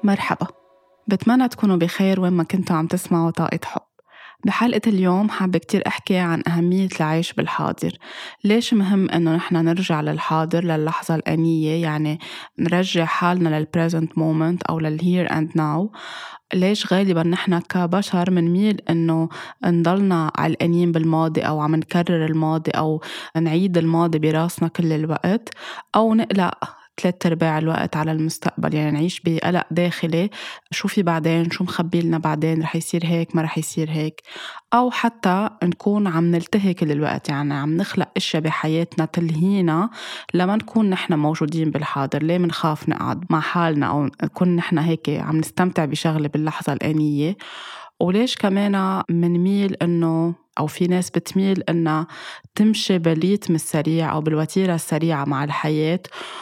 مرحبا، بتمنى تكونوا بخير وين ما كنتوا عم تسمعوا طاقة حب. بحلقة اليوم حابة كتير أحكي عن أهمية العيش بالحاضر. ليش مهم إنه نحن نرجع للحاضر، للحظة الآنية، يعني نرجع حالنا للpresent moment أو للhere and now. ليش غالباً نحن كبشر منميل إنه نضلنا علقانين بالماضي أو عم نكرر الماضي أو نعيد الماضي براسنا كل الوقت، أو نقلق 3/4 الوقت على المستقبل، يعني نعيش بقلق داخلي شو في بعدين، شو مخبي لنا بعدين، رح يصير هيك ما رح يصير هيك. أو حتى نكون عم نلتهي كل الوقت، يعني عم نخلق أشياء بحياتنا تلهينا لما نكون نحن موجودين بالحاضر. ليه منخاف نقعد مع حالنا أو نكون نحن هيك عم نستمتع بشغلة باللحظة الآنية؟ وليش كمان منميل إنه أو في ناس بتميل إنها تمشي بالريتم السريع أو بالوتيرة السريعة مع الحياة؟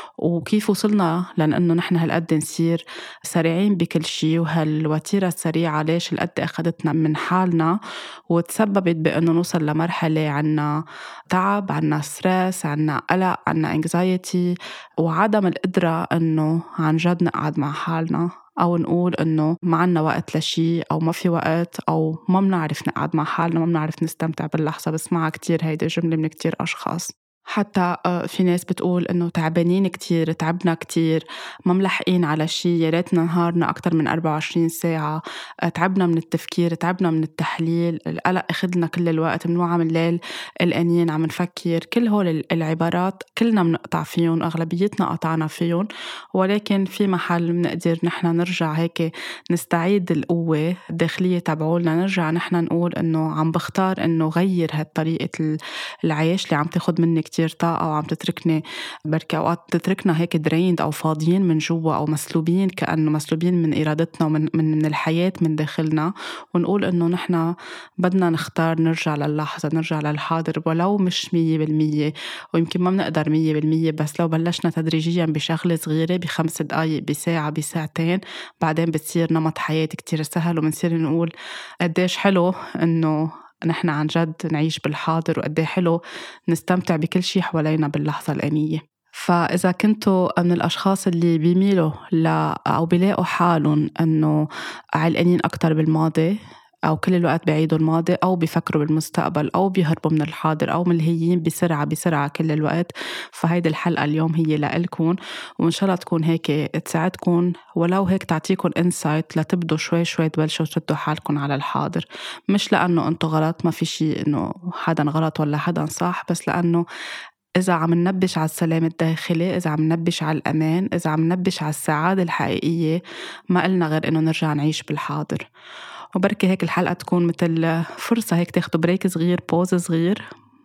وكيف وصلنا لأنه نحن هالقد نصير سريعين بكل شيء، وهالوتيرة السريعة ليش هالقد أخذتنا من حالنا وتسببت بأنه نوصل لمرحلة عنا تعب، عنا ستريس، عنا قلق، عنا anxiety، وعدم القدرة أنه عن جد نقعد مع حالنا، أو نقول إنه ما عنا وقت لشي، أو ما في وقت، أو ما بنعرف نقعد مع حالنا، ما بنعرف نستمتع باللحظة. بسمعها كتير هيدا جملة من كتير أشخاص. حتى في ناس بتقول إنه تعبانين كتير، تعبنا كتير، ما ملحقين على شي، يا ريتنا نهارنا أكتر من 24 ساعة، تعبنا من التفكير، تعبنا من التحليل، القلق أخذنا كل الوقت، منوعة من الليل القنين عم نفكر. كل هول العبارات كلنا منقطع فيهم، أغلبيتنا قطعنا فيهم، ولكن في محل منقدر نحن نرجع هيك نستعيد القوة الداخلية تبعولنا، نرجع نحن نقول إنه عم بختار إنه غير هالطريقة العيش اللي عم تاخد مني كتير طاقة وعم تتركني بركة أوقات تتركنا هيك دريند أو فاضيين من جوا أو مسلوبين، كأنه مسلوبين من إرادتنا ومن الحياة من داخلنا. ونقول إنه نحن بدنا نختار نرجع للحظة، نرجع للحاضر، ولو مش 100%، ويمكن ما بنقدر 100%، بس لو بلشنا تدريجيا بشغلة صغيرة، ب5 دقايق، بساعة، بساعتين، بعدين بتصير نمط حياة كتير سهل، ومنصير نقول قديش حلو إنه نحن عن جد نعيش بالحاضر، وقديه حلو نستمتع بكل شيء حوالينا باللحظة الآنية. فإذا كنتوا من الأشخاص اللي بيميلوا أو بيلاقوا حالهم أنه علقانين أكتر بالماضي، أو كل الوقت بعيدوا الماضي، أو بيفكروا بالمستقبل، أو بيهربوا من الحاضر، أو ملهيين بسرعة كل الوقت، فهيدي الحلقة اليوم هي لإلكن، وإن شاء الله تكون هيك تساعدكن، ولو هيك تعطيكن إنسايت لتبدوا شوي تبلشوا تردوا حالكن على الحاضر. مش لأنه أنتوا غلط، ما في شيء إنه حدا غلط ولا حدا صح، بس لأنه إذا عم ننبش على السلام الداخلي، إذا عم ننبش على الأمان، إذا عم ننبش على السعادة الحقيقية، ما قلنا غير إنه نرجع نعيش بالحاضر. وبركي هيك الحلقة تكون مثل فرصة هيك تاخدوا بريك صغير، بوز صغير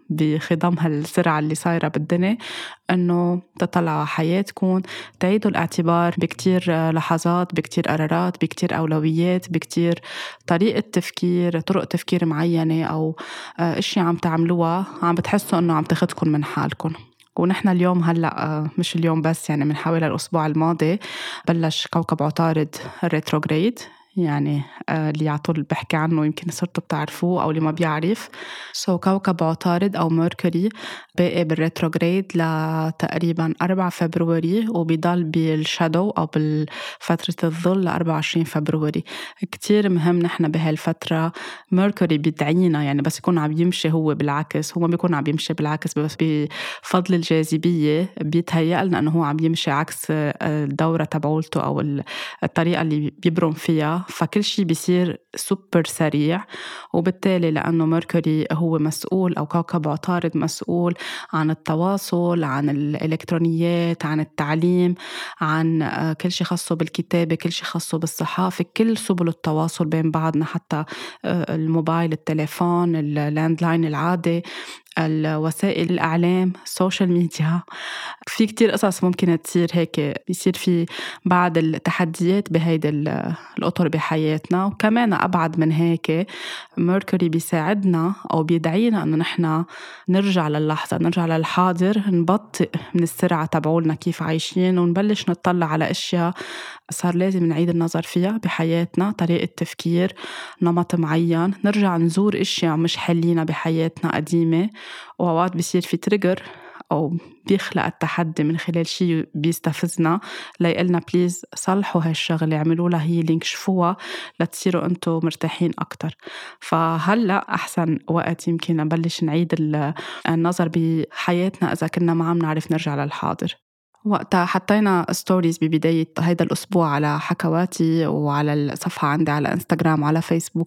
بخضم هالسرعة اللي صايرة بالدنيا، أنه تطلعوا على حياتكم، تعيدوا الاعتبار بكتير لحظات، بكتير قرارات، بكتير أولويات، بكتير طريقة تفكير، طرق تفكير معينة، أو اشياء عم تعملوها عم بتحسوا أنه عم تاخدكم من حالكم. ونحن اليوم هلأ مش اليوم بس، يعني من حوالي الأسبوع الماضي بلش كوكب عطارد الريتروغريد، يعني اللي يعطول بحكي عنه يمكن صرتوا بتعرفوه، أو اللي ما بيعرف. كوكب عطارد أو ميركوري باقي بالريتروغريد لتقريبا 4 فبراير، وبيضل بالشادو أو بالفترة الظل 24 فبراير. كتير مهم نحن بهالفترة. ميركوري بيدعينا، يعني بس يكون عم يمشي هو بالعكس، هو ما بيكون عم يمشي بالعكس، بس بفضل الجاذبية بيتهيأ لنا أنه هو عم يمشي عكس الدورة تبعولته أو الطريقة اللي بيبرم فيها، فكل شيء بيصير سوبر سريع. وبالتالي لأنه ميركوري هو مسؤول، أو كوكب عطارد مسؤول عن التواصل، عن الإلكترونيات، عن التعليم، عن كل شيء خاصه بالكتابة، كل شيء خاصه بالصحافة، كل سبل التواصل بين بعضنا، حتى الموبايل، التليفون، اللاندلاين العادي، الوسائل الإعلام، السوشيال ميديا. في كتير قصص ممكن تصير هيك، يصير في بعض التحديات بهيدا الأطر بحياتنا. وكمان أبعد من هيك، ميركوري بيساعدنا أو بيدعينا أنه نحن نرجع للحظة، نرجع للحاضر، نبطئ من السرعة تبعولنا كيف عايشين، ونبلش نطلع على أشياء صار لازم نعيد النظر فيها بحياتنا، طريقة تفكير، نمط معين، نرجع نزور أشياء مش حلينا بحياتنا قديمة. وأوقات بيصير في تريجر أو بيخلق التحدي من خلال شيء بيستفزنا ليقلنا بليز صلحوا هالشغلة، عملوا لها هيلينج، شفوها لتصيروا أنتوا مرتاحين أكتر. فهلأ أحسن وقت يمكن نبلش نعيد النظر بحياتنا إذا كنا ما عم نعرف نرجع للحاضر. وقتها حطينا ستوريز ببداية هيدا الأسبوع على حكواتي وعلى الصفحة عندي على إنستغرام وعلى فيسبوك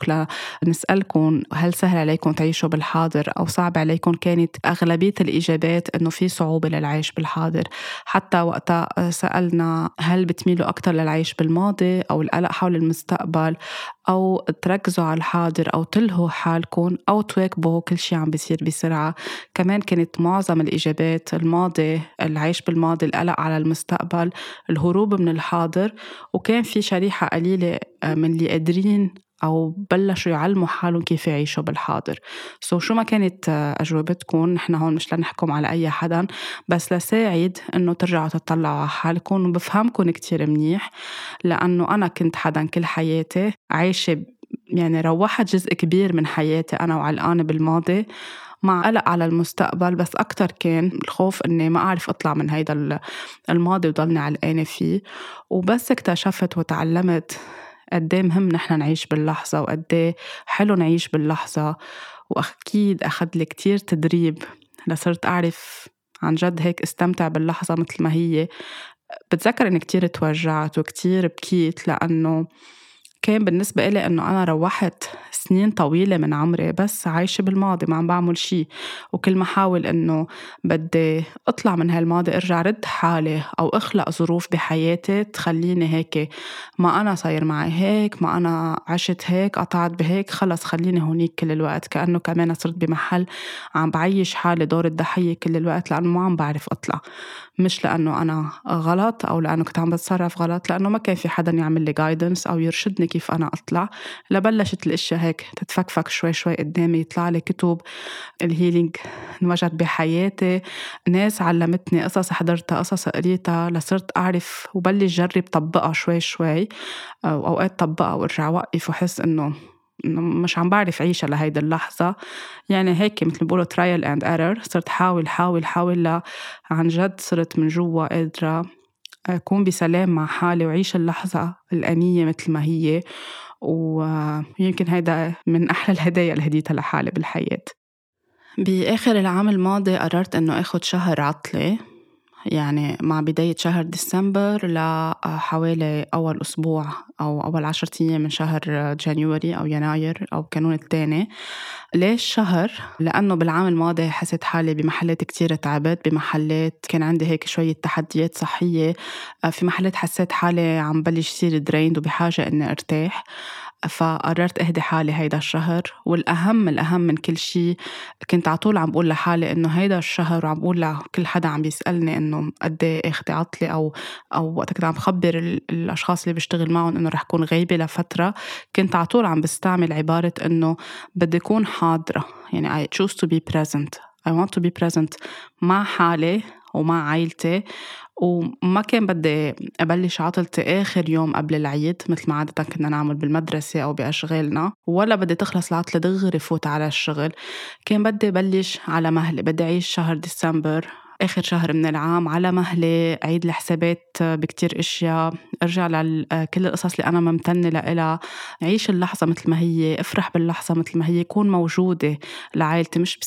لنسألكم هل سهل عليكم تعيشوا بالحاضر أو صعب عليكم. كانت أغلبية الإجابات إنه في صعوبة للعيش بالحاضر. حتى وقتها سألنا هل بتميلوا أكتر للعيش بالماضي أو القلق حول المستقبل، أو تركزوا على الحاضر، أو تلهوا حالكم، أو تواكبوا كل شيء عم بيصير بسرعة. كمان كانت معظم الإجابات الماضي، العيش بالماضي، القلق على المستقبل، الهروب من الحاضر. وكان في شريحة قليلة من اللي قادرين أو بلشوا يعلموا حالهم كيف يعيشوا بالحاضر. شو ما كانت أجوبتكم، نحن هون مش لنحكم على أي حدا، بس لساعد إنه ترجعوا تطلعوا على حالكم. وبفهمكم كتير منيح، لأنه أنا كنت حدا كل حياتي عايشة، يعني روحت جزء كبير من حياتي أنا وعلقانة بالماضي مع قلق على المستقبل. بس أكتر كان الخوف إني ما أعرف أطلع من هيدا الماضي وضلني علقانة فيه. وبس اكتشفت وتعلمت قديه مهم نحن نعيش باللحظة، وقديه حلو نعيش باللحظة. وأكيد أخذ لي كتير تدريب لصرت أعرف عن جد هيك استمتع باللحظة مثل ما هي. بتذكر إني كتير توجعت وكتير بكيت، لأنه كان بالنسبة إلي أنه أنا روحت سنين طويلة من عمري بس عايشة بالماضي ما عم بعمل شي. وكل ما حاول أنه بدي أطلع من هالماضي أرجع رد حالي أو أخلق ظروف بحياتي تخليني هيك، ما أنا صاير معي هيك، ما أنا عشت هيك، قطعت بهيك، خلص خليني هونيك كل الوقت. كأنه كمان صرت بمحل عم بعيش حالي دور الضحية كل الوقت، لأنه ما عم بعرف أطلع. مش لأنه أنا غلط أو لأنه كنت عم بتصرف غلط، لأنه ما كان في حدا يعمل لي guidance أو يرشدني كيف أنا أطلع. لبلشت الأشياء هيك تتفكفك شوي شوي قدامي، يطلع لي كتب الهيلينج انوجد بحياتي، ناس علمتني قصص حضرتها، قصص قريتها، لصرت أعرف وبلش جرب طبقها شوي شوي. وأوقات طبقها وارجع وقف وحس إنه مش عم بعرف عيشها لهيدا اللحظة. يعني هيك مثل بيقولوا trial and error. صرت حاول عن جد صرت من جوا قادرة أكون بسلام مع حالي وعيش اللحظة الآنية مثل ما هي. ويمكن هيدا من أحلى الهدايا اللي هديتها لحالي بالحياة. بآخر العام الماضي قررت أنه أخد شهر عطلة، يعني مع بداية شهر ديسمبر لحوالي أول أسبوع أو أول 10 أيام من شهر جانيوري أو يناير أو كانون الثاني. ليش شهر؟ لأنه بالعام الماضي حسيت حالي بمحلات كتير تعبت، بمحلات كان عندي هيك شوية تحديات صحية، في محلات حسيت حالي عم بلش يصير دريند وبحاجة إني أرتاح. فقررت أهدي حالي هيدا الشهر. والأهم من كل شيء، كنت عطول عم بقول لحالي إنه هيدا الشهر، وعم بقول لكل حدا عم بيسألني إنه قد أخدي عطلة أو وقت كنت عم بخبر الأشخاص اللي بشتغل معهم إنه رح كون غيبة لفترة، كنت عطول عم بستعمل عبارة إنه بدي أكون حاضرة. يعني I choose to be present. I want to be present مع حالي ومع عائلتي. وما كان بدي أبلش عطلتي آخر يوم قبل العيد مثل ما عادة كنا نعمل بالمدرسة أو بأشغالنا، ولا بدي تخلص العطلة دغري فوت على الشغل. كان بدي بلش على مهلي، بدي أعيش شهر ديسمبر آخر شهر من العام على مهلي، عيد الحسابات بكتير إشياء، أرجع لكل القصص اللي أنا ممتنة لها، عيش اللحظة مثل ما هي، أفرح باللحظة مثل ما هي، كون موجودة لعائلتي، مش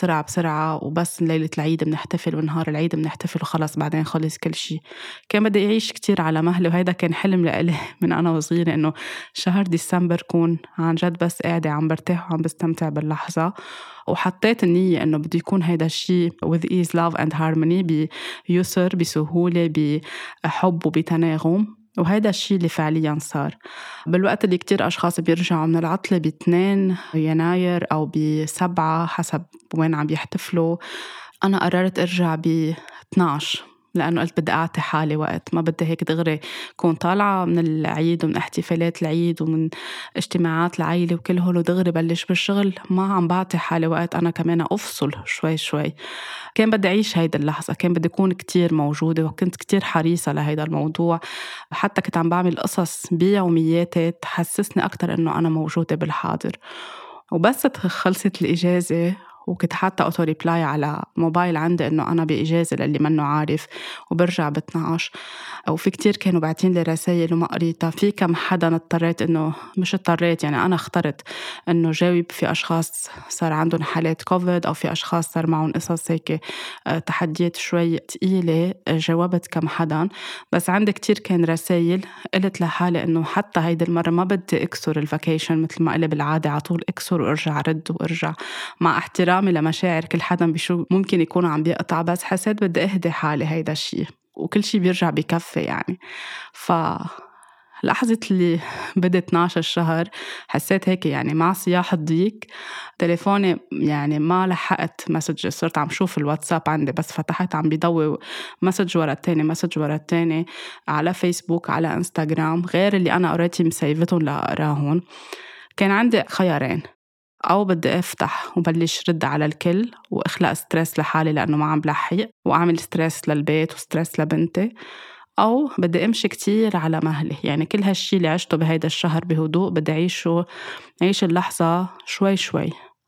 بسرعة وبس ليلة العيد بنحتفل ونهار العيد بنحتفل وخلص بعدين خلص كل شيء. كان بدي أعيش كتير على مهلي، وهيدا كان حلم لإلي من أنا وصغيرة، إنه شهر ديسمبر كون عن جد بس قاعدة عم برتاح وعم بستمتع باللحظة. وحطيت النية إنه بدي يكون هيدا الشيء with ease, love and harmony، بيسر، بسهولة، بحب وبتناغم. وهيدا الشيء اللي فعليا صار بالوقت اللي كتير أشخاص بيرجعوا من العطلة ب2 يناير أو ب7 حسب وين عم يحتفلوا. أنا قررت أرجع ب12 لأنه قلت بدي أعطي حالي وقت، ما بدي هيك دغري كون طالعة من العيد ومن احتفالات العيد ومن اجتماعات العائلة وكل هول ودغري بلش بالشغل. ما عم بعطي حالي وقت أنا كمان أفصل شوي شوي. كان بدي أعيش هيدا اللحظة، كان بدي أكون كتير موجودة، وكنت كتير حريصة لهيدا الموضوع. حتى كنت عم بعمل قصص بيومياتي تحسسني أكتر إنه أنا موجودة بالحاضر. وبس خلصت الإجازة وكنت حاطة أوتو ريبلاي على موبايل عندي إنه أنا بإجازة للي منه عارف، وبرجع ب12. وفي كتير كانوا باعتين لي رسائل وما قريتها. في كم حدا اضطريت إنه مش اضطريت، يعني أنا اخترت إنه جاوب. في أشخاص صار عندهم حالات كوفيد، أو في أشخاص صار معهم قصص هيك تحديات شوي تقيلة، جاوبت كم حدا. بس عندي كتير كان رسائل قلت لحالي إنه حتى هيدي المرة ما بدي أكسر الفاكيشن مثل ما قلي بالعادة، على طول أكسر وأرجع رد وأرجع، مع احترامي لمشاعر كل حدا بشو ممكن يكون عم بيقطع. بس حسيت بدي أهدي حالي هيدا الشيء، وكل شيء بيرجع بكفي يعني. لحظة اللي بدأ 12 الشهر حسيت هيك يعني مع صياح الضيق تليفوني، يعني ما لحقت مسج. صرت عم شوف الواتساب عندي، بس فتحت عم بيضوي مسج ورا التاني، مسج ورا التاني، على فيسبوك، على انستغرام، غير اللي أنا قريتي مسيفتهم لأقراهن. كان عندي خيارين: أو بدي أفتح وبلش رد على الكل وأخلق ستريس لحالي لأنه ما عم بلحق، وأعمل ستريس للبيت وستريس لبنتي، أو بدي أمشي كتير على مهلي. يعني كل هالشي اللي عشته بهيدا الشهر بهدوء بدي أعيش اللحظة شوي شوي.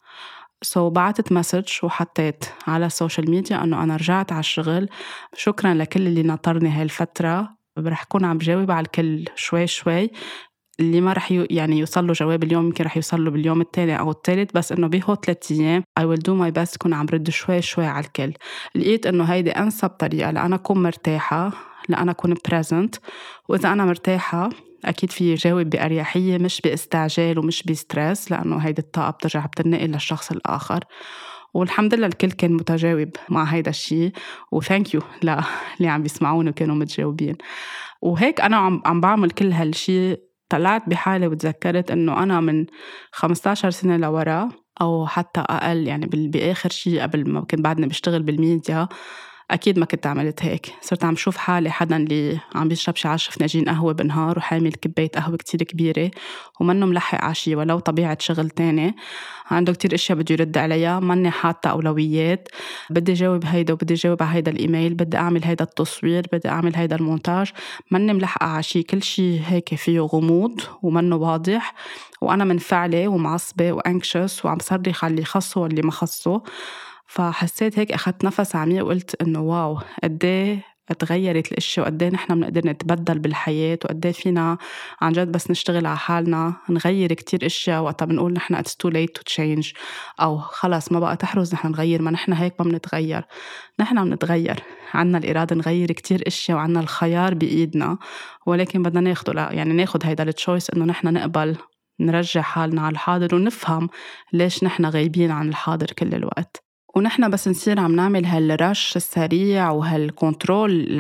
بعتت مسج وحطيت على السوشيال ميديا أنه أنا رجعت على الشغل، شكرا لكل اللي نطرني هاي الفترة، رح كون عم بجاوب على الكل شوي شوي. اللي ما رح يعني يوصل له جواب اليوم يمكن رح يوصل له باليوم الثاني أو الثالث، بس إنه بيهو 3 أيام I will do my best كون عم رد شوي شوي على الكل. لقيت إنه هيدي أنسب طريقة لأنا أكون مرتاحة، لأنا أكون present. وإذا أنا مرتاحة أكيد في جاوب بأريحية، مش باستعجال ومش بستريس، لأنه هيدي الطاقة بترجع بتنقل للشخص الآخر. والحمد لله الكل كان متجاوب مع هيدا الشيء، وثانك يو اللي عم بيسمعوني وكانوا متجاوبين. وهيك أنا عم بعمل كل هالشيء. طلعت بحالي وتذكرت إنه أنا من 15 سنة لورا أو حتى أقل، يعني بآخر شيء قبل ما كنت بعدني بشتغل بالميديا، أكيد ما كنت عملت هيك. صرت عم شوف حالي حدا اللي عم بيشرب شي 10 فناجين قهوة بالنهار وحامل كباية قهوة كتير كبيرة ومنه ملحق عشي ولو طبيعة شغل تاني، عنده كتير اشياء بده يرد عليها، ماني حاطة أولويات. بدي جاوب هيدا وبدي جاوب على هيدا الإيميل، بدي أعمل هيدا التصوير، بدي أعمل هيدا المونتاج، ماني ملحقة عشي. كل شي هيك فيه غموض ومنه واضح، وأنا منفعلة ومعصبة وأنكشس وعم صرخ على اللي خصه واللي ما خصه. فحسيت هيك، أخذت نفس عميق وقلت إنه واو قديه اتغيرت الاشياء، وقديه نحن بنقدر نتبدل بالحياة، وقديه فينا عن جد بس نشتغل على حالنا نغير كتير اشياء. وقتها بنقول نحن it's too late to change، او خلص ما بقى تحرز نحن نغير. ما نحن هيك ما بنتغير، نحن بنتغير، عنا الإرادة نغير كتير اشياء وعنا الخيار بإيدنا، ولكن بدنا ناخده. لا يعني ناخد هيدا التشويس انه نحن نقبل نرجع حالنا على الحاضر ونفهم ليش نحن غايبين عن الحاضر كل الوقت. ونحن بس نصير عم نعمل هالرش السريع وهالكنترول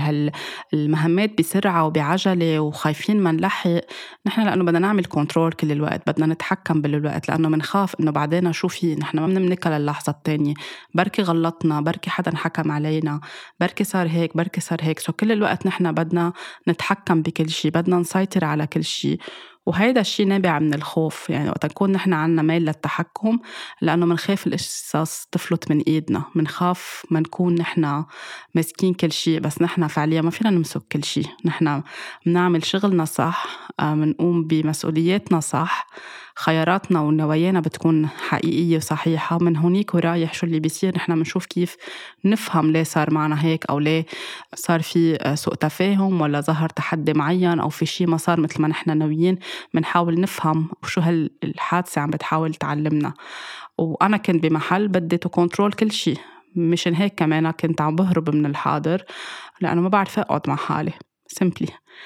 المهمات بسرعة وبعجلة وخايفين ما نلحق، نحن لأنه بدنا نعمل كنترول كل الوقت، بدنا نتحكم بالوقت، لأنه منخاف إنه بعدين شو في، نحن ما بنملكها للحظة التانية، بركي غلطنا، بركي حدا حكم علينا، بركي صار هيك، بركي صار هيك. كل الوقت نحن بدنا نتحكم بكل شيء، بدنا نسيطر على كل شيء. وهيدا الشيء نابع من الخوف. يعني وقت نكون نحن عنا ميل للتحكم، لأنه منخاف القصص تفلت من إيدنا، منخاف ما نكون نحن ماسكين كل شيء. بس نحن فعليا ما فينا نمسك كل شيء، نحن بنعمل شغلنا صح، بنقوم بمسؤولياتنا صح، خياراتنا ونوايانا بتكون حقيقية وصحيحة. من هونيك ورايح شو اللي بيصير نحن بنشوف كيف نفهم ليه صار معنا هيك، أو ليه صار في سوء تفاهم، ولا ظهر تحدي معين، أو في شيء ما صار مثل ما نحن ناويين. بنحاول نفهم وشو هالحادثة عم بتحاول تعلمنا. وأنا كنت بمحل بدي تكنترول كل شيء، مشان هيك كمان كنت عم بهرب من الحاضر، لأنه ما بعرف أقعد مع حالي simply.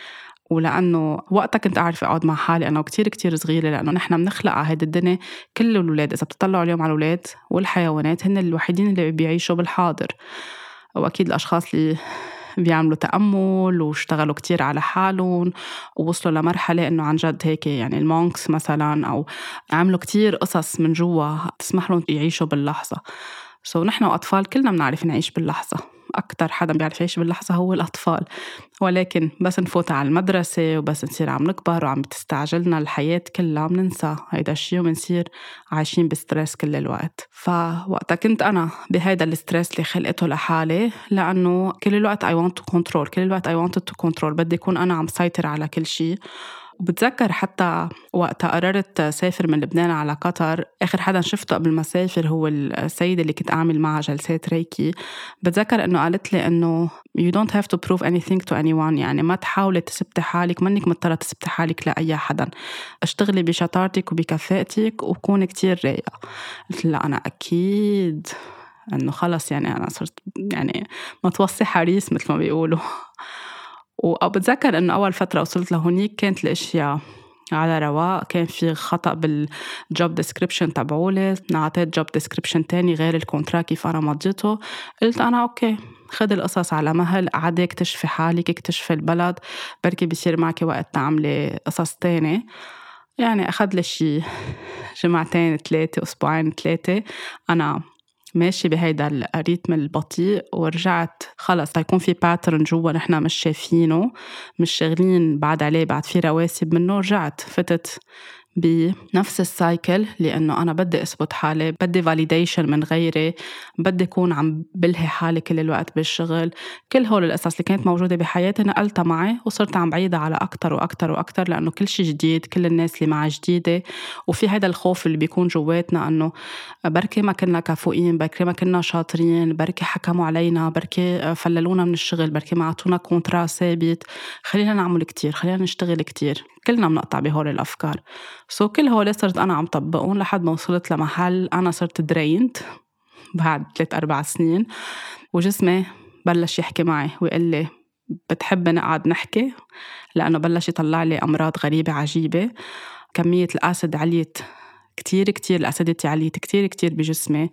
ولأنه وقتها كنت أعرف أقعد مع حالي أنا وكتير كتير صغيرة، لأنه نحن بنخلق على هيدا الدنيا. كل الولاد إذا بتطلعوا اليوم على الولاد والحيوانات هن الوحيدين اللي بيعيشوا بالحاضر. وأكيد الأشخاص اللي بيعملوا تأمل واشتغلوا كتير على حالهم ووصلوا لمرحلة إنه عن جد هيك، يعني المونكس مثلا، أو عملوا كتير قصص من جوا تسمح لهم يعيشوا باللحظة. نحن وأطفال كلنا بنعرف نعيش باللحظة، أكتر حدا بيعرف يعيش باللحظة هو الأطفال. ولكن بس نفوت على المدرسة وبس نصير عم نكبر وعم بتستعجلنا الحياة كلها، بننسى هيدا الشيء وبنصير عايشين بستريس كل الوقت. فوقتها كنت أنا بهيدا الستريس اللي خلقته لحالي، لأنه كل الوقت I want to control، كل الوقت I wanted to control، بدي يكون أنا عم سيطر على كل شيء. وبتذكر حتى وقت قررت سافر من لبنان على قطر، آخر حدا شفته قبل ما سافر هو السيدة اللي كنت أعمل معها جلسات ريكي. بتذكر إنه قالت لي إنه you don't have to prove anything to anyone، يعني ما تحاولي تثبتي حالك، منك مضطرة تثبتي حالك لأي حدا، اشتغلي بشطارتك وبكفاءتك وكوني كتير رايقة. قلت لا أنا أكيد إنه خلص يعني أنا صرت يعني متوصي حريص مثل ما بيقولوا. وبتذكر إنه أول فترة وصلت لهونيك كانت الأشياء على رواق، كان في خطأ بالجوب ديسكريبشن تبعولي، نعطيت جوب ديسكريبشن تاني غير الكونترا كيف أنا مضيته. قلت أنا أوكي خد القصص على مهل، عادي اكتشفي حالك، اكتشفي البلد، بركي بيصير معك وقت تعملي قصص تاني. يعني أخذ لي شي جمعتين 3 أسبوعين 3 أنا ماشي بهيدا الريتم البطيء، ورجعت خلص تيكون في باترن جوا نحنا مش شايفينه، مش شغلين بعد عليه، بعد في رواسب منه. رجعت فتت بنفس السايكل، لأنه أنا بدي أثبت حالي، بدي validation من غيري، بدي أكون عم بلهي حالي كل الوقت بالشغل. كل هول القصص اللي كانت موجودة بحياتي نقلتها معي، وصرت عم بعيدها على أكتر وأكتر وأكتر، لأنه كل شي جديد، كل الناس اللي معي جديدة، وفي هذا الخوف اللي بيكون جواتنا أنه بركي ما كنا كفؤين، بركي ما كنا شاطرين، بركي حكموا علينا، بركي فللونا من الشغل، بركي ما عطونا كونترا ثابت، خلينا نعمل كتير، خلينا نشتغل كتير. كلنا بنقطع بهول الأفكار. كل هول صرت أنا عم طبقهم لحد ما وصلت لمحل أنا صرت درينت بعد 3-4 سنين، وجسمي بلش يحكي معي ويقول لي بتحب نقعد نحكي، لأنه بلش يطلع لي أمراض غريبة عجيبة. كمية الأسيد عليت كتير كتير، الأسيدتي عليت كتير كتير بجسمي،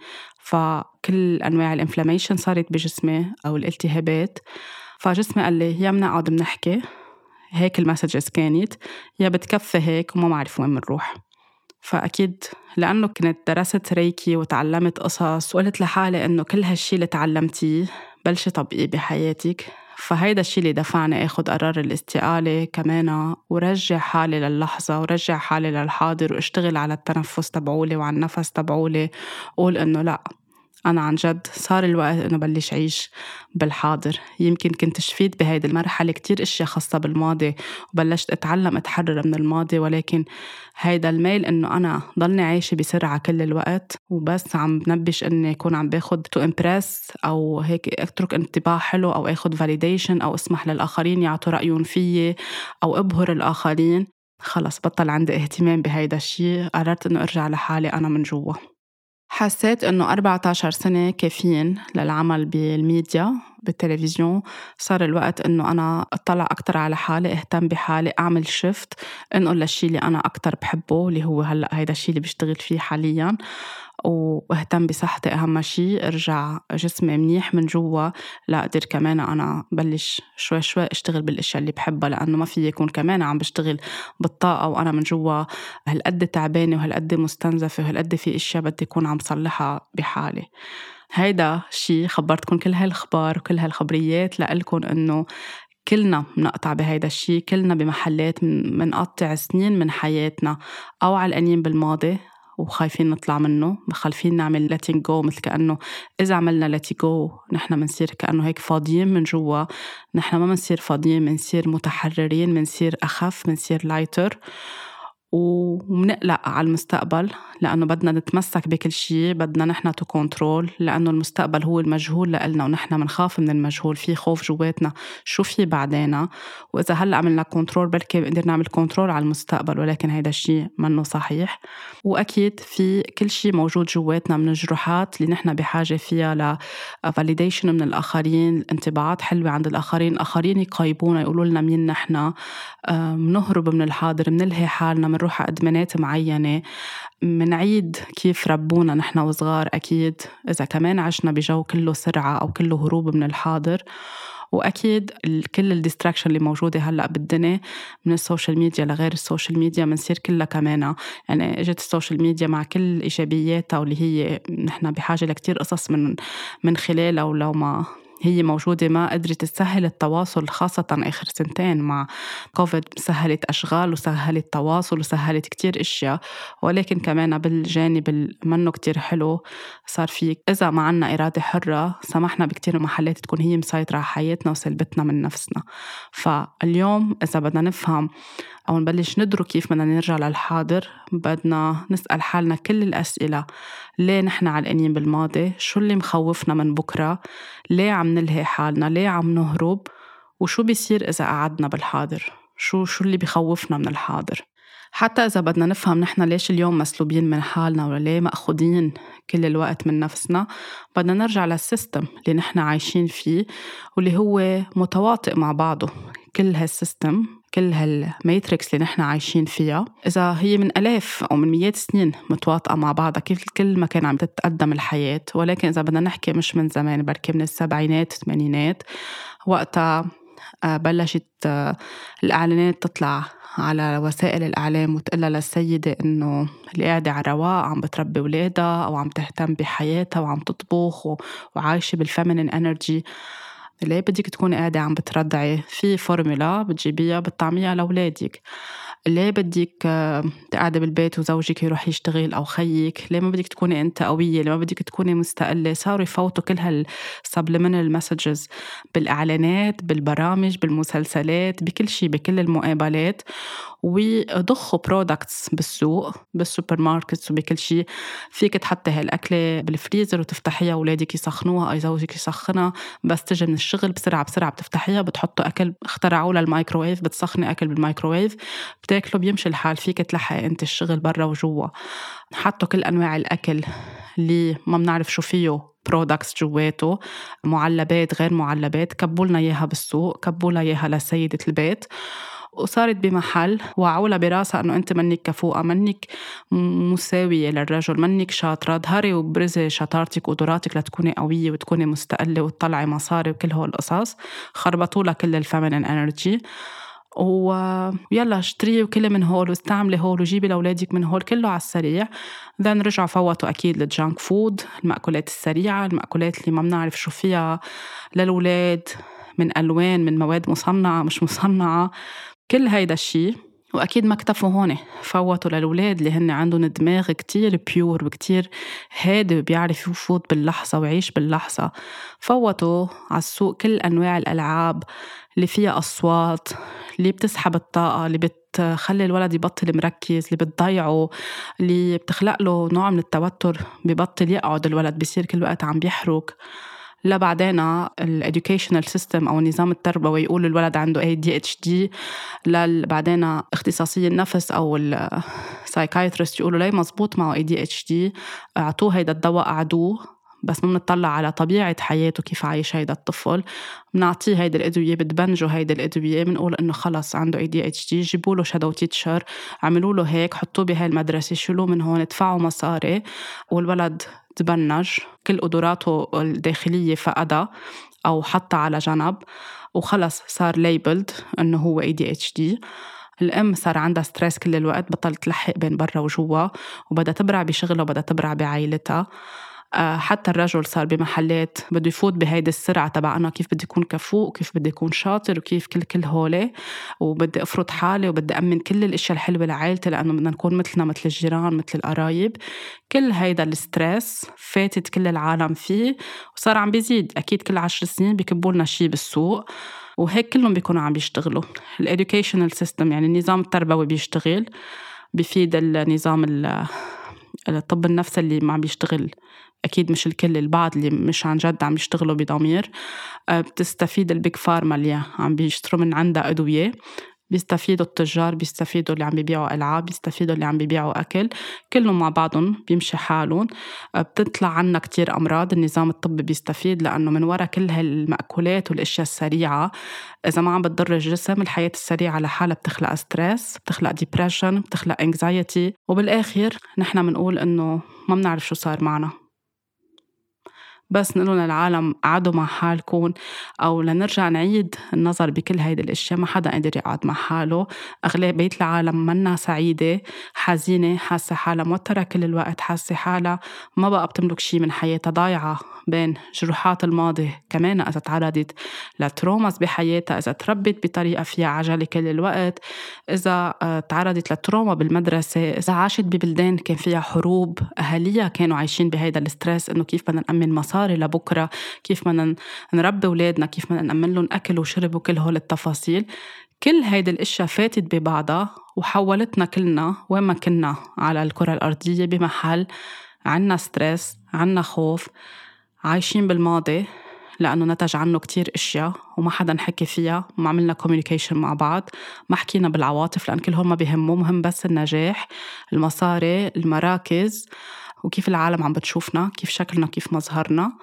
فكل أنواع الانفلاميشن صارت بجسمي أو الالتهابات. فجسمي قال لي يا منقعد بنحكي، هيك المسجز كانت، يا بتكفي هيك وما معرف وين منروح. فأكيد لأنه كنت درست ريكي وتعلمت قصص، وقلت لحالي إنه كل هالشي اللي تعلمتيه بلشي طبقيه بحياتك. فهيدا الشي اللي دفعني أخذ قرار الاستقالة كمان، ورجع حالي للحظة، ورجع حالي للحاضر، واشتغل على التنفس تبعولي وعلى النفس تبعولي، قول إنه لأ أنا عن جد صار الوقت إنه بلش عيش بالحاضر. يمكن كنت شفيت بهيدي المرحلة كتير إشياء خاصة بالماضي، وبلشت أتعلم أتحرر من الماضي، ولكن هيدا الميل إنه أنا ضلني عايشة بسرعة كل الوقت، وبس عم بنبش إني أكون عم باخد to impress أو هيك أترك انطباع حلو، أو أخد validation، أو اسمح للآخرين يعطوا رأيهم فيي، أو أبهر الآخرين. خلص بطل عندي اهتمام بهيدا الشيء، قررت إنه أرجع لحالي أنا من جوا. حسيت إنه 14 سنة كافيين للعمل بالميديا بالتلفزيون. صار الوقت إنه أنا أطلع أكتر على حالي، أهتم بحالي، أعمل شفت، انقل للشي اللي أنا أكتر بحبه، اللي هو هلأ هيدا الشي اللي بشتغل فيه حالياً، واهتم بصحتي أهم شي، ارجع جسمي منيح من جوا، لا أقدر كمان أنا بلش شوي شوي اشتغل بالاشياء اللي بحبها، لأنه ما في يكون كمان عم بشتغل بالطاقة وأنا من جوا هالقد تعبانة وهالقد مستنزفة وهالقد في اشياء بدي يكون عم صلحها بحالي. هيدا شي خبرتكم كل هالخبار وكل هالخبريات لألكم إنه كلنا منقطع بهيدا الشي، كلنا بمحلات منقطع سنين من حياتنا، أو علقانين بالماضي وخايفين نطلع منه، خايفين نعمل letting go، مثل كأنه إذا عملنا letting go نحنا منصير كأنه هيك فاضيين من جوا. نحنا ما منصير فاضيين، منصير متحررين، منصير أخف، منصير لايتر، ومنقلق على المستقبل، لأنه بدنا نتمسك بكل شيء، بدنا نحن تو كنترول، لأنه المستقبل هو المجهول لنا، ونحن منخاف من المجهول، في خوف جواتنا شو في بعدين، وإذا هلأ عملنا كنترول بركي بنقدر نعمل كنترول على المستقبل، ولكن هيدا الشيء منه صحيح. وأكيد في كل شيء موجود جواتنا من جروحات اللي نحن بحاجة فيها لفاليديشن من الآخرين، انطباعات حلوة عند الآخرين، آخرين يقايبونا يقولوا لنا مين نحن، منهرب من الحاضر، منلهي حالنا، منروح على أدمانات معينة، منعيد كيف ربونا نحن وصغار. أكيد إذا كمان عشنا بجو كله سرعة أو كله هروب من الحاضر. وأكيد كل الديستراكشن اللي موجودة هلأ بالدنيا، من السوشيال ميديا لغير السوشيال ميديا، منصير كلها كمان يعني اجت السوشيال ميديا مع كل إيجابياتها، واللي هي نحن بحاجة لكتير قصص من خلالها، ولو ما هي موجودة ما قدرت تسهل التواصل، خاصة آخر سنتين مع كوفيد. سهلت أشغال وسهلت تواصل وسهلت كتير إشياء، ولكن كمان بالجانب منه كتير حلو صار فيك إذا ما عنا إرادة حرة سمحنا بكتير محلات تكون هي مسيطرة على حياتنا وسلبتنا من نفسنا. فاليوم إذا بدنا نفهم أو نبلش ندرك كيف بدنا نرجع للحاضر، بدنا نسأل حالنا كل الأسئلة. ليه نحن علقانين بالماضي؟ شو اللي مخوفنا من بكرة؟ ليه عم نلهي حالنا؟ ليه عم نهرب؟ وشو بيصير إذا قعدنا بالحاضر؟ شو اللي بيخوفنا من الحاضر؟ حتى إذا بدنا نفهم نحن ليش اليوم مسلوبين من حالنا ولا ليه مأخذين كل الوقت من نفسنا، بدنا نرجع للسيستم اللي نحن عايشين فيه واللي هو متواطئ مع بعضه. كل هالسيستم، كل هالماتريكس اللي نحن عايشين فيها، إذا هي من آلاف أو من مئات سنين متواطئة مع بعضها، كيف كل ما كان عم تتقدم الحياة. ولكن إذا بدنا نحكي مش من زمان، بركي من السبعينات الثمانينات، وقتها بلشت الإعلانات تطلع على وسائل الإعلام وتقلها للسيدة إنه اللي قاعدة على رواق عم بتربي ولادها أو عم تهتم بحياتها وعم تطبخ وعايشة بالفيمينين انرجي. ليه بدك تكوني قاعدة عم بترضعي؟ في فورمولا بتجيبيها بتطعميها لأولادك. ليه بدك قاعدة بالبيت وزوجك يروح يشتغل أو خيك؟ ليه ما بدك تكوني أنت قوية؟ ليه ما بدك تكوني مستقلة؟ صاروا يفوتوا كل هالسبليمينال مسجز بالإعلانات، بالبرامج، بالمسلسلات، بكل شيء، بكل المقابلات، وضخوا برودكتس بالسوق، بالسوبر ماركتس وبكل شيء. فيك تحطي هالأكلة بالفريزر وتفتحيها أولادك يسخنوها أو زوجك يسخنها، بس تجي من الشغل بسرعة بتفتحيها بتحطوا أكل، اخترعوا للمايكروويف، بتسخني أكل بالمايكروويف بتاكلوا، بيمشي الحال. فيك تلحقي أنت الشغل برا وجوا. حطوا كل أنواع الأكل اللي ما بنعرف شو فيه برودكتس جواته، معلبات غير معلبات، كبولنا إياها بالسوق، كبولنا إياها لسيدة البيت. وصارت بمحل وعولها براسها أنه أنت منك كفوءة، منك مساوية للرجل، منك شاطرة، ظهري وبرزي شطارتك وقدراتك لتكوني قوية وتكوني مستقلة وتطلعي مصاري وكل هول القصص. خربطوا لها كل الفيمينين انرجي، ويلا اشتري وكل من هول واستعملي هول وجيبي لأولادك من هول، كله على السريع. ذن رجعوا فوتوا أكيد للجانك فود، المأكولات السريعة، المأكولات اللي ما بنعرف شو فيها للأولاد، من ألوان، من مواد مصنعة مش مصنعة، كل هيدا الشيء. وأكيد ما اكتفوا هون، فوتوا للأولاد اللي هن عندهم دماغ كتير بيور وكتير هادي وبيعرف يفوت باللحظة ويعيش باللحظة. فوتوا على السوق كل أنواع الألعاب اللي فيها أصوات، اللي بتسحب الطاقة، اللي بتخلي الولد يبطل مركز، اللي بتضيعه، اللي بتخلق له نوع من التوتر، بيبطل يقعد الولد، بيصير كل وقت عم بيحرك. لا بعدين الeducational system أو النظام التربوي يقول الولد عنده ADHD، لا بعدين اختصاصي النفس أو السايكايترست يقولوا لا مزبوط معه ADHD، أعطوه هيدا الدواء قعدوه. بس ما بنطلع على طبيعة حياته كيف عايش هيدا الطفل، بنعطيه هيدا الأدوية، بتبنجوا هيدا الأدوية، بنقول إنه خلص عنده ADHD، جيبوا له شادو تيتشر، عملوا له هيك، حطوه بهاي المدرسة، شيلوه من هون، ادفعوا مصاري، والولد تبنج، كل قدراته الداخلية فقدها أو حطها على جنب، وخلص صار labeled إنه هو ADHD. الأم صار عندها ستريس كل الوقت، بطلت تلحق بين برا وجوا، وبدها تبرع بشغلها وبدها تبرع بعائلتها. حتى الرجل صار بمحلات بده يفوت بهيدا السرعة تبع أنا كيف بدي يكون كفوء وكيف بدي يكون شاطر وكيف كل هولي، وبدي أفرض حالي وبدي أمن كل الأشياء الحلوة لعائلتي لأنه بدنا نكون مثلنا، مثل الجيران، مثل القرايب. كل هيدا الستريس فاتت كل العالم فيه وصار عم بيزيد. أكيد كل 10 سنين بيكبولنا شي بالسوق، وهيك كلهم بيكونوا عم بيشتغلوا. الeducational system يعني النظام التربوي بيشتغل، بيفيد النظام الطب النفسي اللي ما عم بيشتغل، أكيد مش الكل، البعض اللي مش عن جد عم يشتغلوا بضمير. بتستفيد البيج فارما اللي عم بيشتروا من عندها أدوية، بيستفيدوا التجار، بيستفيدوا اللي عم بيبيعوا ألعاب، بيستفيدوا اللي عم بيبيعوا أكل، كلهم مع بعضهم بيمشي حالهم. بتطلع عنا كتير أمراض، النظام الطبي بيستفيد لأنه من وراء كل هالمأكولات والأشياء السريعة إذا ما عم بتضر الجسم، الحياة السريعة لحالها بتخلق ستريس، بتخلق ديبريشن، بتخلق انكزايتي، وبالآخر نحن منقول إنه ما بنعرف شو صار معنا. بس نقول للعالم قعدوا مع حالكم، أو لنرجع نعيد النظر بكل هيدي الأشياء. ما حدا قادر يقعد مع حاله. أغلبية العالم منا سعيدة، حزينة، حاسة حالها موترة كل الوقت، حاسة حالها ما بقى بتملك شي من حياتها، ضايعة بين جروحات الماضي. كمان إذا تعرضت لتروماز بحياتها، إذا تربت بطريقة فيها عجلة كل الوقت، إذا تعرضت لتروما بالمدرسة، إذا عاشت ببلدان كان فيها حروب، أهاليها كانوا عايشين بهيدا الستريس إنه كيف بدنا نأمن مصاري لبكرة، كيف بدنا نربي أولادنا، كيف بدنا نأمن لهم أكل وشرب وكل هول التفاصيل. كل هيدا الاشياء فاتت ببعضها وحولتنا كلنا وين ما كنا على الكرة الأرضية بمحل عنا ستريس، عنا خوف، عايشين بالماضي لأنه نتج عنه كتير اشياء وما حدا نحكي فيها، وما عملنا communication مع بعض، ما حكينا بالعواطف لأن كلهم ما بيهموا، مهم بس النجاح، المصاري، المراكز، وكيف العالم عم بتشوفنا، كيف شكلنا، كيف مظهرنا،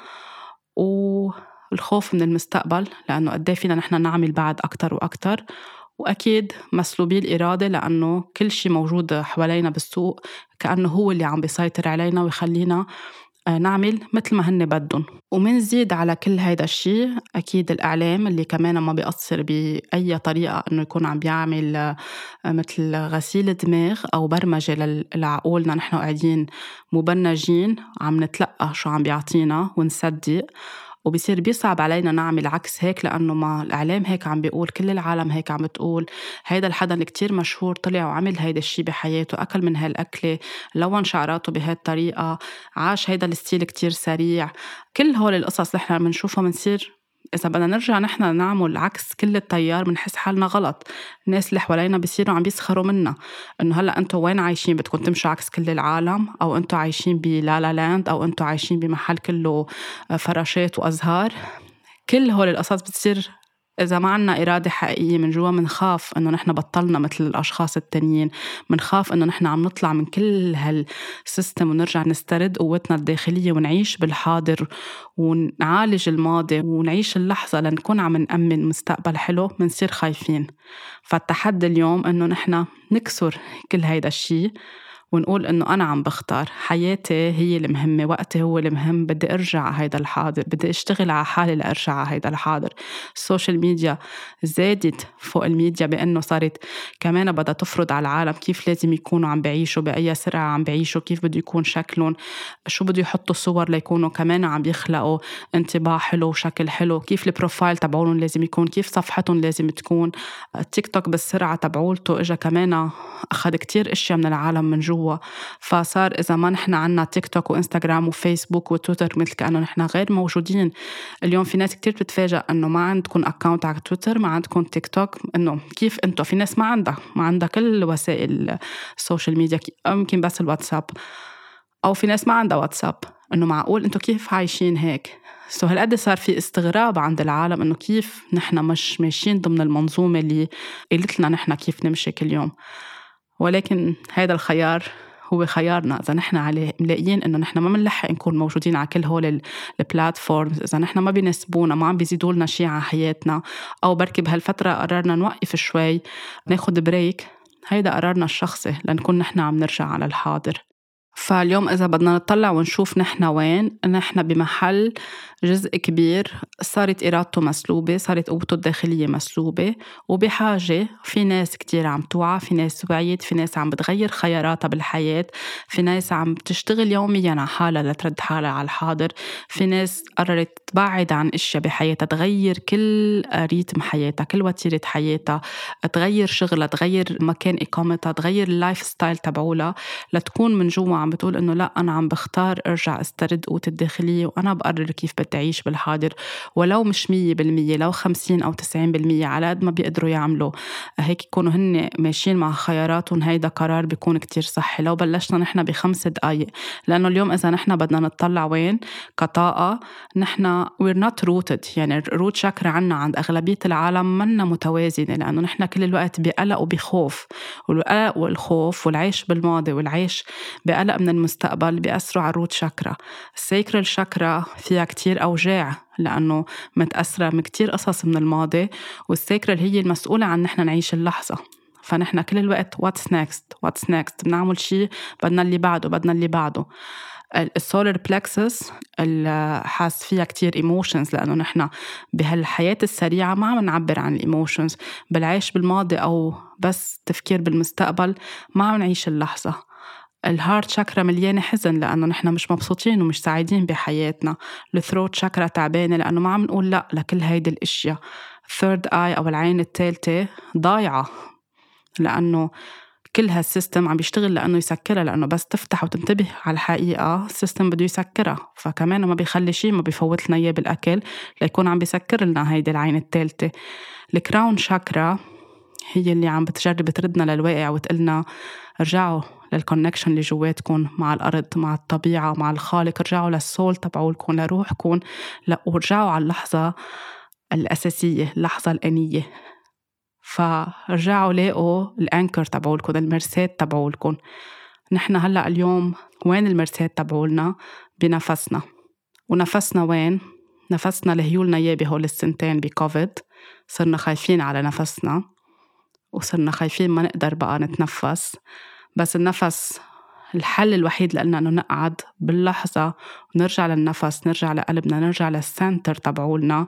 والخوف من المستقبل لأنه قديه فينا نحن نعمل بعد أكتر وأكتر. وأكيد مسلوبي الإرادة لأنه كل شيء موجود حوالينا بالسوق كأنه هو اللي عم بيسيطر علينا ويخلينا نعمل مثل ما هن بدهم. ومنزيد على كل هيدا الشيء أكيد الإعلام اللي كمان ما بيقصر بأي طريقة أنه يكون عم بيعمل مثل غسيل دماغ أو برمجة لعقولنا. نحن قاعدين مبنجين عم نتلقى شو عم بيعطينا ونصدق، وبيصير بيصعب علينا نعمل عكس هيك لأنه ما الإعلام هيك عم بيقول، كل العالم هيك عم بتقول. هيدا الحدا اللي كتير مشهور طلع وعمل هيدا الشي بحياته، أكل من هالأكلة، لون شعراته بهالطريقة، عاش هيدا الستيل كتير سريع. كل هول القصص اللي احنا منشوفها منصير إذا بدنا نرجع نحن نعمل عكس كل التيار منحس حالنا غلط. الناس اللي حوالينا بيصيروا عم بيسخروا منا إنه هلأ أنتوا وين عايشين، بدكم تمشوا عكس كل العالم، أو أنتوا عايشين بلالا لاند، أو أنتوا عايشين بمحل كله فراشات وأزهار. كل هول القصص بتصير إذا ما عنا إرادة حقيقية من جوا، منخاف إنه نحن بطلنا مثل الأشخاص التانيين، منخاف إنه نحن عم نطلع من كل هالسيستم ونرجع نسترد قوتنا الداخلية ونعيش بالحاضر ونعالج الماضي ونعيش اللحظة لنكون عم نأمن مستقبل حلو. منصير خايفين. فالتحدي اليوم إنه نحن نكسر كل هيدا الشي ونقول إنه أنا عم بختار، حياتي هي المهمة، وقتي هو المهم، بدي أرجع على هيدا الحاضر، بدي أشتغل على حالي لأرجع على هيدا الحاضر. السوشيال ميديا زادت فوق الميديا بأنه صارت كمان بدها تفرض على العالم كيف لازم يكونوا عم بعيشوا، بأي سرعة عم بعيشوا، كيف بده يكون شكلهم، شو بده يحطوا صور ليكونوا كمان عم يخلقوا انطباع حلو وشكل حلو، كيف البروفايل تبعولهم لازم يكون، كيف صفحتهم لازم تكون. التيك توك بالسرعة تبعولته إجا كمان أخذ كتير أشياء من العالم من جوا. فصار إذا ما نحن عنا تيك توك وإنستغرام وفيسبوك وتويتر مثل كأنه نحن غير موجودين. اليوم في ناس كتير بتتفاجأ أنه ما عندكم أكاونت على تويتر، ما عندكم تيك توك، إنه كيف أنتوا. في ناس ما عندها كل وسائل السوشيال ميديا، يمكن بس الواتساب، أو في ناس ما عندها واتساب. إنه معقول أنتوا كيف عايشين هيك؟ هالقد صار في استغراب عند العالم إنه كيف نحن مش ماشيين ضمن المنظومة اللي قلت لنا نحن كيف نمشي كل يوم. ولكن هذا الخيار هو خيارنا. إذا نحن عليه ملاقيين إنه نحن ما منلحق نكون موجودين على كل هول البلاتفورمز، إذا نحن ما بيناسبونا، ما عم بيزيدوا لنا شيء على حياتنا، أو بركي بهالفترة قررنا نوقف شوي، ناخد بريك، هيدا قرارنا الشخصي لنكون نحن عم نرجع على الحاضر. فاليوم إذا بدنا نطلع ونشوف نحن وين، نحن بمحل جزء كبير صارت إرادته مسلوبة، صارت قوته الداخلية مسلوبة، وبحاجة. في ناس كتير عم توعى، في ناس وعيت، في ناس عم بتغير خياراتها بالحياة، في ناس عم تشتغل يوميا على حالها لترد حالها على الحاضر، في ناس قررت تبعد عن اشياء بحياتها، تغير كل ريتم حياتها، كل وتيرة حياتها، تغير شغلها، تغير مكان إقامتها، تغير اللايف ستايل تبعولها، لتكون من جوا عم بتقول إنه لا، أنا عم بختار أرجع استرد قوتي الداخلية، وأنا بقرر كيف بدي أعيش بالحاضر. ولو مش 100%، لو 50 أو 90%، على قد ما بيقدروا يعملوا هيك، يكونوا هن ماشيين مع خياراتهم، هيدا قرار بيكون كتير صحي. لو بلشنا نحن ب5 دقايق، لأنه اليوم إذا نحن بدنا نطلع وين كطاقة، نحن we're not rooted، يعني الروت شاكرا عنا عند أغلبية العالم منا متوازنة، لأنه نحن كل الوقت بقلق وبخوف، والقلق والخوف والعيش بالماضي والعيش بقلق من المستقبل بيأثروا على الروت شاكرا. الساكرال شاكرا فيها كتير أوجاع لأنه متأثرة من كتير قصص من الماضي، والساكرال هي المسؤولة عن نحن نعيش اللحظة. فنحن كل الوقت what's next بنعمل شيء، بدنا اللي بعده، بدنا اللي بعده. السولار بلكسس حاس فيها كتير ايموشنز، لأنه نحن بهالحياة السريعة ما عم نعبر عن الايموشنز، بالعيش بالماضي أو بس تفكير بالمستقبل ما عم نعيش اللحظة. الهارت شاكرا مليانة حزن لأنه نحن مش مبسوطين ومش سعيدين بحياتنا. الثروت شاكرا تعبانة لأنه ما عم نقول لأ لكل هيدي الاشياء. third eye أو العين الثالثة ضايعة لأنه كل هالسيستم عم بيشتغل لأنه يسكرها، لأنه بس تفتح وتنتبه على الحقيقة السيستم بده يسكرها، فكمان ما بيخلي شيء ما بيفوت لنا إياه بالأكل ليكون عم بيسكر لنا هيدي العين الثالثة. الكراون شاكرا هي اللي عم بتجرب تردنا للواقع وتقلنا رجعوا للكونكشن اللي جواتكم مع الأرض، مع الطبيعة، مع الخالق، رجعوا للسول تبعولكم، لروحكم، ورجعوا على اللحظة الأساسية، اللحظة الآنية. فرجعوا لاقوا الأنكر تبعولكم، المرساة تبعولكم. نحن هلأ اليوم وين المرساة تبعولنا؟ بنفسنا. ونفسنا وين؟ نفسنا لهيولنا إياه بهول السنتين بكوفيد، صرنا خايفين على نفسنا وصرنا خايفين ما نقدر بقى نتنفس. بس النفس الحل الوحيد لنا أنه نقعد باللحظة ونرجع للنفس، نرجع لقلبنا، نرجع للسنتر تبعولنا،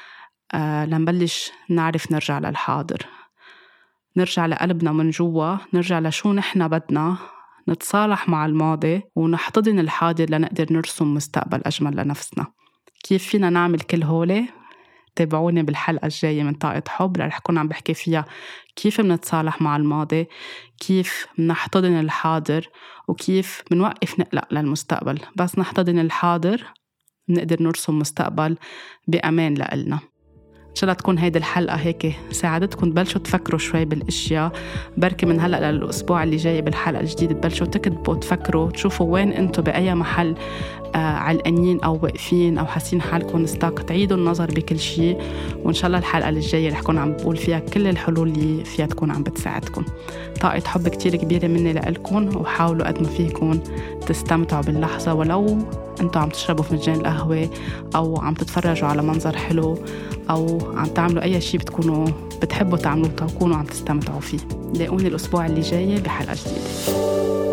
لنبلش نعرف نرجع للحاضر، نرجع لقلبنا من جوا، نرجع لشو نحن بدنا، نتصالح مع الماضي ونحتضن الحاضر لنقدر نرسم مستقبل أجمل لنفسنا. كيف فينا نعمل كل هولي؟ تابعوني بالحلقة الجاية من طاقة حب رح أكون عم بحكي فيها كيف منتصالح مع الماضي، كيف منحتضن الحاضر، وكيف منوقف نقلق للمستقبل. بس نحتضن الحاضر نقدر نرسم مستقبل بأمان لإلنا. إن شاء الله تكون هيدي الحلقة هيك ساعدتكم تبلشوا تفكروا شوي بالاشياء. بركي من هلأ للأسبوع اللي جاي بالحلقة الجديدة تبلشوا تكتبوا، تفكروا، تشوفوا وين انتوا بأي محل علقانين أو واقفين أو حاسين حالكم ستاك، تعيدوا النظر بكل شيء. وإن شاء الله الحلقة الجاية رح كون عم بقول فيها كل الحلول اللي فيها تكون عم بتساعدكم. طاقة حب كتير كبيرة مني لألكم، وحاولوا قد ما فيكم تستمتعوا باللحظة، ولو انتوا عم تشربوا فنجان قهوة أو عم تتفرجوا على منظر حلو أو عم تعملوا أي شيء بتكونوا بتحبوا تعملوه وتكونوا عم تستمتعوا فيه. لاقوني الأسبوع اللي جاي بحلقة جديدة.